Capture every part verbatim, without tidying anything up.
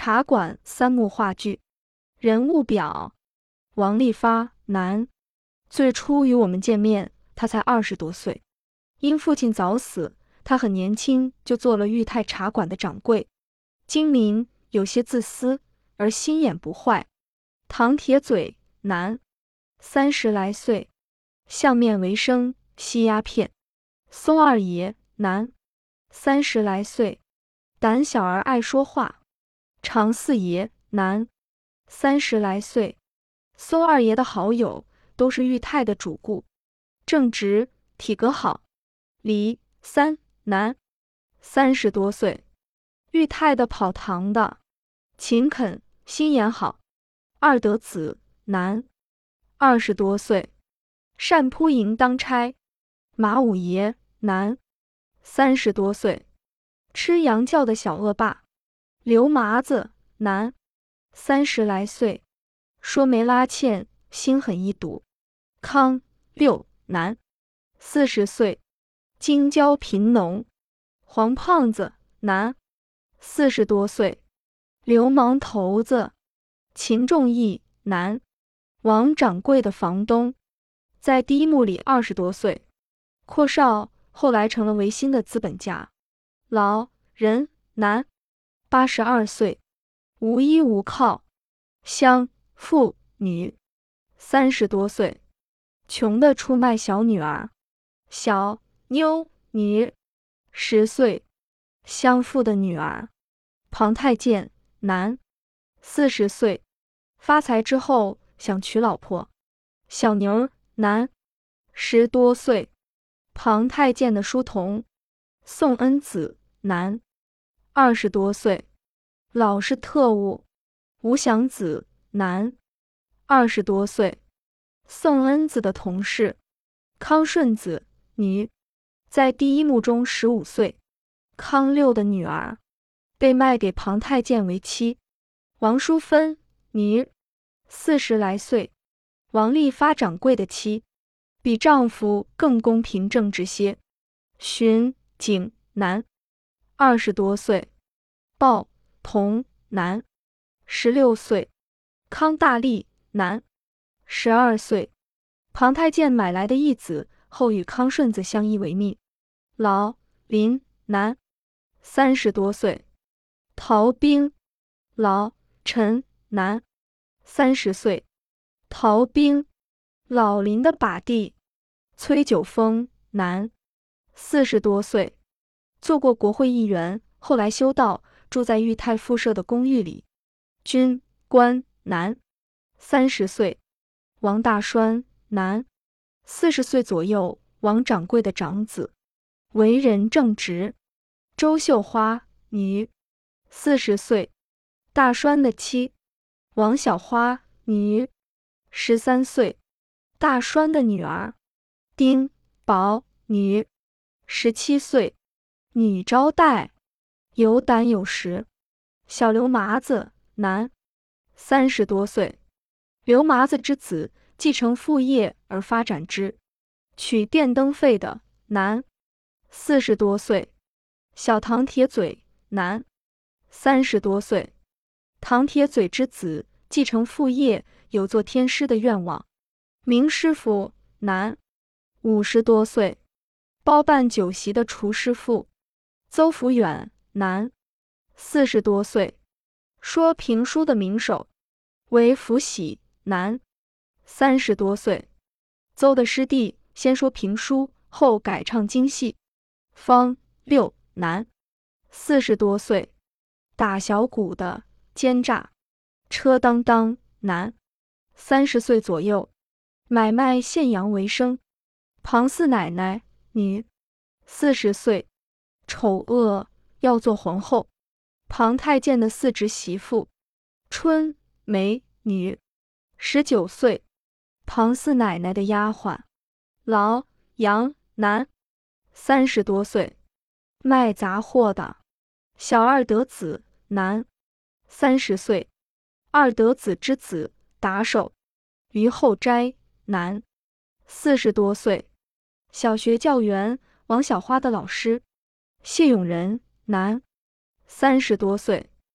茶馆三幕话剧。人物表：王利发，男。最初与我们见面，他才二十多岁。因父亲早死，他很年轻就做了裕泰茶馆的掌柜。精明，有些自私，而心眼不坏。唐铁嘴，男。三十来岁，相面为生，吸鸦片。松二爷，男。三十来岁，胆小而爱说话。常四爷，男。三十来岁，松二爷的好友，都是裕泰的主顾，正直，体格好。李三，男。三十多岁，裕泰的跑堂的，勤恳，心眼好。二德子，男。二十多岁，单扑营当差。马五爷，男。三十多岁，吃洋教的小恶霸。刘麻子，男。三十来岁，说没拉欠，心狠一赌。康六，男。四十岁，京郊贫农。黄胖子，男。四十多岁，流氓头子。秦仲义，男。王掌柜的房东，在第一幕里二十多岁。阔少，后来成了维新的资本家。老人，男。八十二岁，无依无靠。乡妇，女。三十多岁，穷的出卖小女儿。小妞，女。十岁，乡妇的女儿。庞太监，男。四十岁，发财之后想娶老婆。小宁，男。十多岁，庞太监的书童。宋恩子，男。二十多岁，老是特务。吴祥子，男。二十多岁，宋恩子的同事。康顺子，女。在第一幕中十五岁。康六的女儿，被卖给庞太监为妻。王淑芬，女。四十来岁，王利发掌柜的妻，比丈夫更公平正直些。荀景，男。二十多岁。鲍同，男。十六岁。康大力，男。十二岁，庞太监买来的义子，后与康顺子相依为命。老林，男。三十多岁。陶兵，老陈，男。三十岁。陶兵，老林的把弟。崔九峰，男。四十多岁，做过国会议员，后来修道，住在裕泰附设的公寓里。军官，男。三十岁。王大栓，男。四十岁左右，王掌柜的长子，为人正直。周秀花，女。四十岁，大栓的妻。王小花，女。十三岁，大栓的女儿。丁宝，女。十七岁，女招待，有胆有识。小刘麻子，男。三十多岁，刘麻子之子，继承父业而发展之，取电灯费的，男。四十多岁。小唐铁嘴，男。三十多岁，唐铁嘴之子，继承父业，有做天师的愿望。明师傅，男。五十多岁，包办酒席的厨师傅。邹福远，男。四十多岁，说评书的名手。为福喜，男。三十多岁，邹的师弟，先说评书，后改唱京戏。方六，男。四十多岁，打小鼓的，奸诈。车当当，男。三十岁左右，买卖现洋为生。庞四奶奶，女。四十岁，丑恶，要做皇后。庞太监的四侄媳妇。春梅，女。十九岁，庞四奶奶的丫鬟。老杨，男。三十多岁，卖杂货的。小二德子，男。三十岁，二德子之子，打手。于后斋，男。四十多岁，小学教员王小花的老师。谢永仁，男。三十多岁，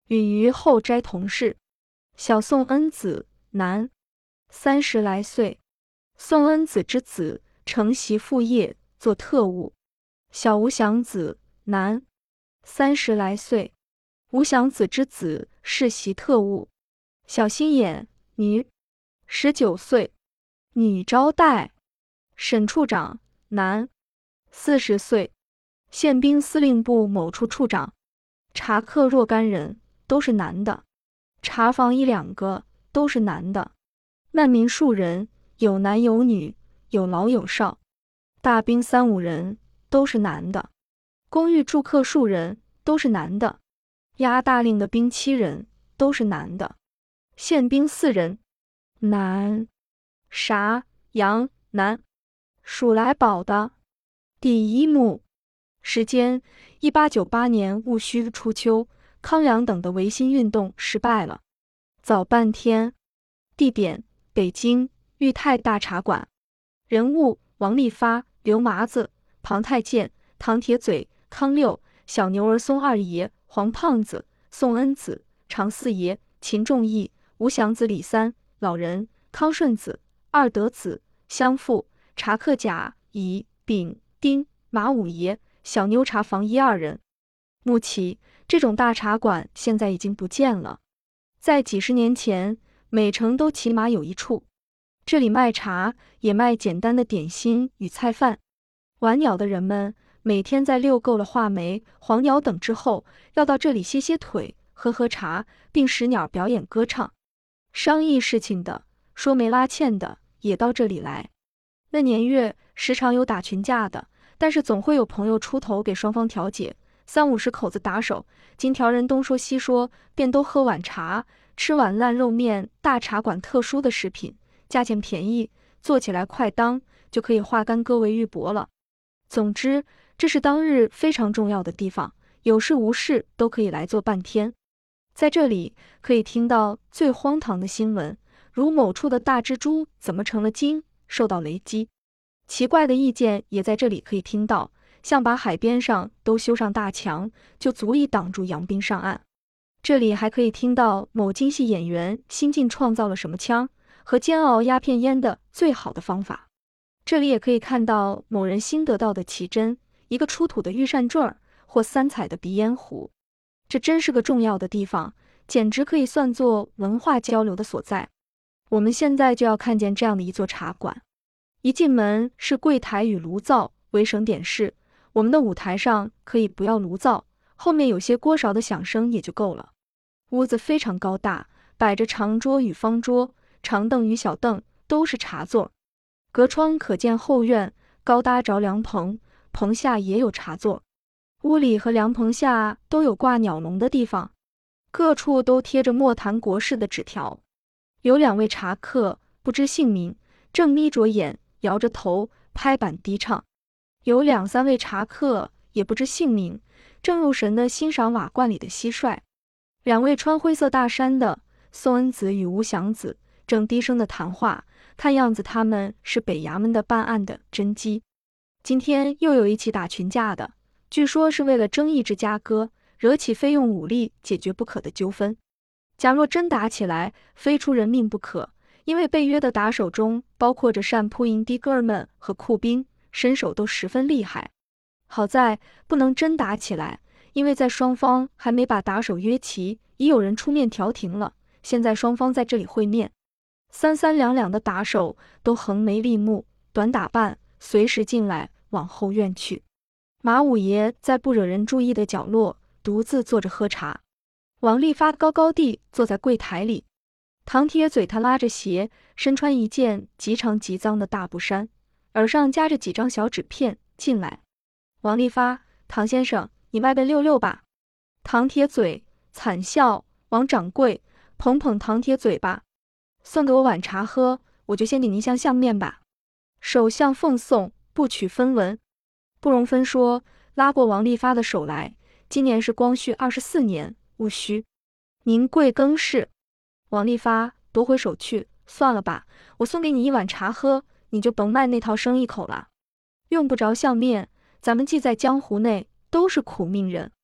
与于后斋同事。小宋恩子，男，三十来岁。宋恩子之子，承袭父业，做特务。小吴祥子，男，三十来岁。吴祥子之子，世袭特务。小心眼，女，十九岁。女招待。沈处长，男，四十岁。宪兵司令部某处处长。茶客若干人，都是男的。茶房一两个，都是男的。难民数人，有男有女，有老有少。大兵三五人，都是男的。公寓住客数人，都是男的。押大令的兵七人，都是男的。宪兵四人，男。啥？杨，男。属来宝的。第一幕。时间：一八九八年戊戌初秋，康梁等的维新运动失败了。早半天。地点：北京裕泰大茶馆。人物：王利发、刘麻子、庞太监、唐铁嘴、康六、小牛儿松二爷、黄胖子、宋恩子、常四爷、秦仲义、吴祥子、李三、老人、康顺子、二德子、相父、茶客甲、乙、丙、丁、马五爷、小妞茶房一二人。目起，这种大茶馆现在已经不见了。在几十年前，每城都起码有一处。这里卖茶，也卖简单的点心与菜饭。玩鸟的人们每天在遛够了画眉、黄鸟等之后，要到这里歇歇腿，喝喝茶，并使鸟表演歌唱。商议事情的，说媒拉纤的，也到这里来。那年月时常有打群架的，但是总会有朋友出头给双方调解。三五十口子打手，金条人东说西说，便都喝碗茶，吃碗烂肉面。大茶馆特殊的食品，价钱便宜，做起来快当，就可以化干戈为玉帛了。总之，这是当日非常重要的地方，有事无事都可以来做半天。在这里可以听到最荒唐的新闻，如某处的大蜘蛛怎么成了精，受到雷击。奇怪的意见也在这里可以听到，像把海边上都修上大墙，就足以挡住洋兵上岸。这里还可以听到某京戏演员新近创造了什么枪和煎熬鸦片烟的最好的方法。这里也可以看到某人新得到的奇珍，一个出土的玉扇坠儿或三彩的鼻烟壶。这真是个重要的地方，简直可以算作文化交流的所在。我们现在就要看见这样的一座茶馆。一进门是柜台与炉灶为省点事，我们的舞台上可以不要炉灶，后面有些锅勺的响声也就够了。屋子非常高大，摆着长桌与方桌，长凳与小凳，都是茶座。隔窗可见后院，高搭着凉棚，棚下也有茶座。屋里和凉棚下都有挂鸟笼的地方，各处都贴着莫谈国事的纸条。有两位茶客，不知姓名，正眯着眼，摇着头，拍板低唱。有两三位茶客，也不知姓名，正入神地欣赏瓦罐里的蟋蟀。两位穿灰色大衫的宋恩子与吴祥子正低声的谈话，看样子他们是北衙门的办案的侦缉。今天又有一起打群架的，据说是为了争议之家歌，惹起非用武力解决不可的纠纷。假若真打起来，非出人命不可，因为被约的打手中包括着善扑营的哥儿们和库兵，身手都十分厉害。好在不能真打起来，因为在双方还没把打手约齐，已有人出面调停了。现在双方在这里会面，三三两两的打手都横眉立目，短打扮，随时进来往后院去。马五爷在不惹人注意的角落独自坐着喝茶。王利发高高地坐在柜台里，唐铁嘴他拉着鞋，身穿一件极长极脏的大布衫，耳上夹着几张小纸片进来。王利发，唐先生，你外边溜溜吧。唐铁嘴惨笑，王掌柜，捧捧唐铁嘴吧，送给我碗茶喝，我就先给您相相面吧。首相奉送，不取分文。不容分说，拉过王利发的手来。今年是光绪二十四年戊戌，您贵庚氏？王利发夺回手去，算了吧，我送给你一碗茶喝，你就甭卖那套生意口了。用不着相面，咱们既在江湖内，都是苦命人。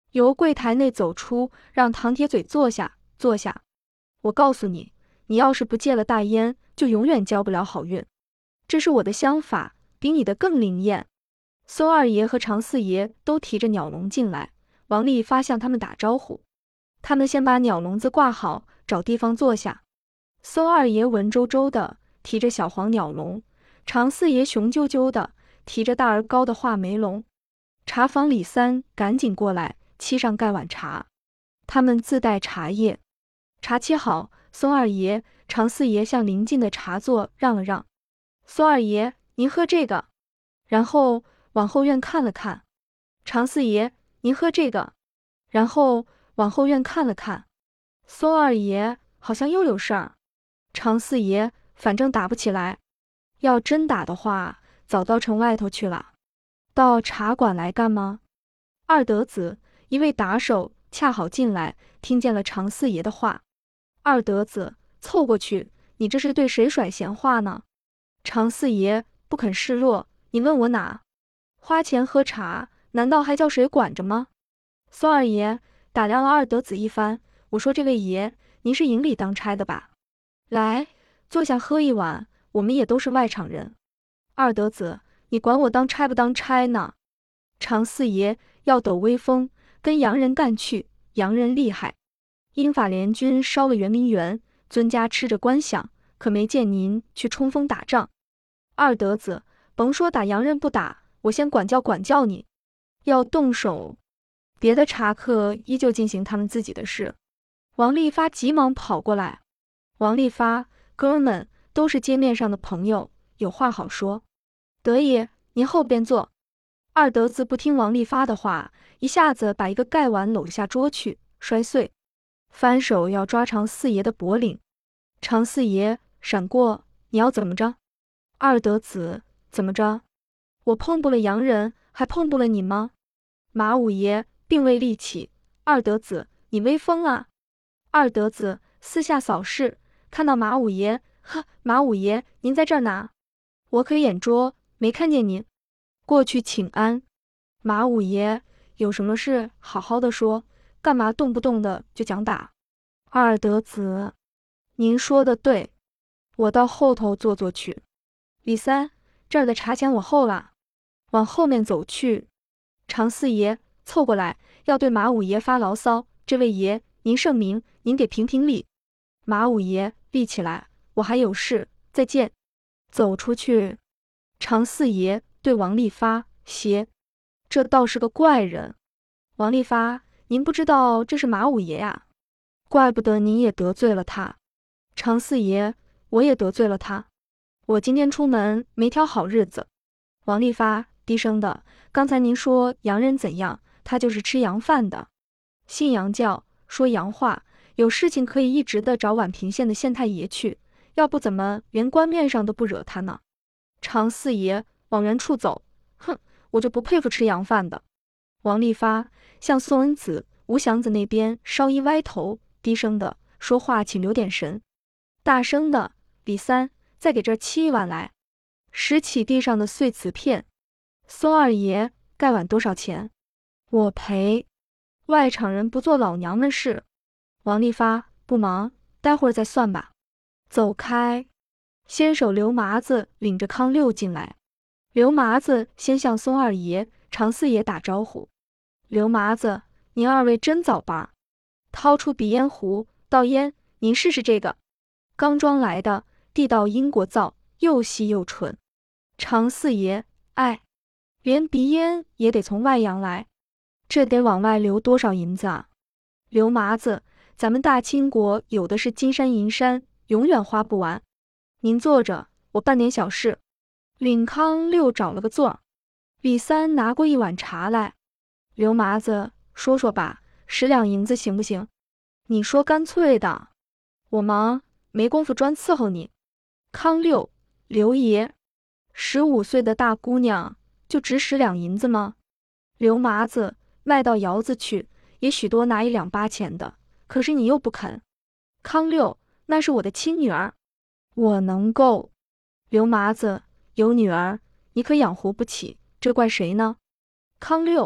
由柜台内走出，让唐铁嘴坐下，坐下。我告诉你，你要是不戒了大烟，就永远交不了好运。这是我的香法，比你的更灵验。孙二爷和常四爷都提着鸟笼进来，王利发向他们打招呼。他们先把鸟笼子挂好，找地方坐下。孙二爷文绉绉的提着小黄鸟笼，常四爷雄赳赳的提着大而高的画眉笼。茶房李三赶紧过来沏上盖碗茶，他们自带茶叶。茶沏好，孙二爷、常四爷向邻近的茶座让了让。孙二爷，您喝这个。然后往后院看了看。常四爷，您喝这个。然后往后院看了看。孙二爷好像又有事儿。常四爷，反正打不起来，要真打的话，早到城外头去了。到茶馆来干吗？二德子，一位打手，恰好进来，听见了常四爷的话。二德子凑过去，你这是对谁甩闲话呢？常四爷不肯示弱，你问我哪？花钱喝茶，难道还叫谁管着吗？孙二爷打量了二德子一番，我说这位爷，您是营里当差的吧？来，坐下喝一碗，我们也都是外场人。二德子，你管我当差不当差呢？常四爷要抖威风，跟洋人干去，洋人厉害。英法联军烧了圆明园，尊家吃着官饷，可没见您去冲锋打仗。二德子，甭说打洋人不打，我先管教管教你。要动手。别的茶客依旧进行他们自己的事。王利发急忙跑过来。王利发，哥们，都是街面上的朋友，有话好说。德爷，您后边坐。二德子不听王利发的话，一下子把一个盖碗搂下桌去，摔碎，翻手要抓常四爷的脖领。常四爷闪过，你要怎么着？二德子，怎么着？我碰不了洋人，还碰不了你吗？马五爷并未立起。二德子，你威风啊！二德子四下扫视，看到马五爷，呵，马五爷，您在这儿呢？我可眼拙，没看见您。过去请安。马五爷，有什么事好好的说，干嘛动不动的就讲打？二德子，您说的对，我到后头坐坐去。李三，这儿的茶钱我候了。往后面走去。常四爷凑过来，要对马五爷发牢骚。这位爷，您圣明，您给评评理。马五爷立起来，我还有事，再见。走出去。常四爷对王利发，歇，这倒是个怪人。王利发，您不知道这是马五爷呀？怪不得您也得罪了他。常四爷，我也得罪了他。我今天出门没挑好日子。王利发低声的，刚才您说洋人怎样，他就是吃洋饭的，信洋教，说洋话，有事情可以一直的找宛平县的县太爷去，要不怎么连官面上都不惹他呢？常四爷往原处走，哼，我就不佩服吃洋饭的。王利发向宋恩子、吴祥子那边稍一歪头，低声的说话请留点神。大声的，李三，再给这儿沏一碗来。拾起地上的碎瓷片。孙二爷，盖碗多少钱？我赔。外场人不做老娘们事。王利发，不忙，待会儿再算吧。走开。先手刘麻子领着康六进来。刘麻子先向孙二爷、常四爷打招呼。刘麻子，您二位真早吧？掏出鼻烟壶，倒烟，您试试这个。刚装来的，地道英国造，又细又纯。常四爷，哎，连鼻烟也得从外洋来，这得往外流多少银子啊？刘麻子，咱们大清国有的是金山银山，永远花不完。您坐着，我办点小事。领康六找了个座。李三拿过一碗茶来。刘麻子，说说吧，十两银子行不行？你说干脆的。我忙，没工夫专伺候你。康六，刘爷，十五岁的大姑娘就值十两银子吗？刘麻子，卖到窑子去，也许多拿一两八钱的，可是你又不肯。康六，那是我的亲女儿，我能够。刘麻子，有女儿，你可养活不起，这怪谁呢？康六，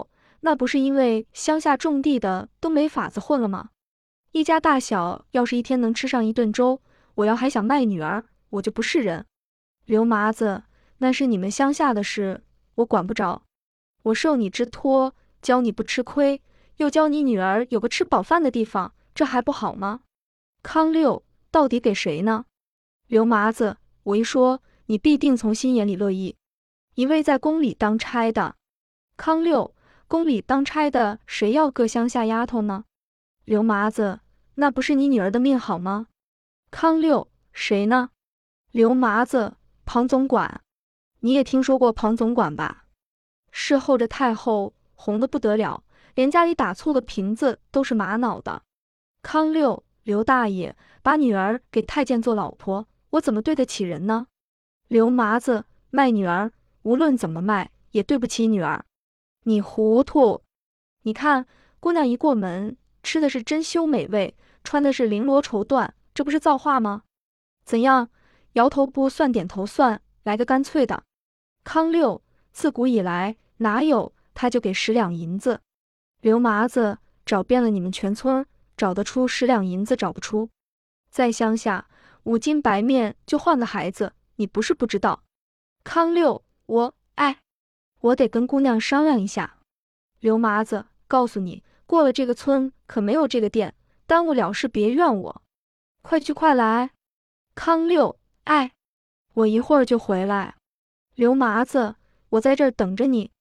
那不是因为乡下种地的都没法子混了吗？一家大小要是一天能吃上一顿粥，我要还想卖女儿，我就不是人。刘麻子，那是你们乡下的事，我管不着。我受你之托，教你不吃亏，又教你女儿有个吃饱饭的地方，这还不好吗？康六，到底给谁呢？刘麻子，我一说，你必定从心眼里乐意。一位在宫里当差的。康六，宫里当差的谁要个乡下丫头呢？刘麻子，那不是你女儿的命好吗？康六，谁呢？刘麻子，庞总管。你也听说过庞总管吧？事后这太后红得不得了，连家里打醋的瓶子都是玛瑙的。康六，刘大爷，把女儿给太监做老婆，我怎么对得起人呢？刘麻子，卖女儿，无论怎么卖，也对不起女儿。你糊涂！你看，姑娘一过门，吃的是珍馐美味，穿的是绫罗绸缎，这不是造化吗？怎样，摇头不算点头算，来个干脆的。康六，自古以来哪有他就给十两银子？刘麻子，找遍了你们全村，找得出十两银子找不出。在乡下，五斤白面就换个孩子，你不是不知道。康六，我哎，我得跟姑娘商量一下。刘麻子，告诉你，过了这个村可没有这个店，耽误了事别怨我。快去快来。康六，哎，我一会儿就回来。刘麻子，我在这儿等着你，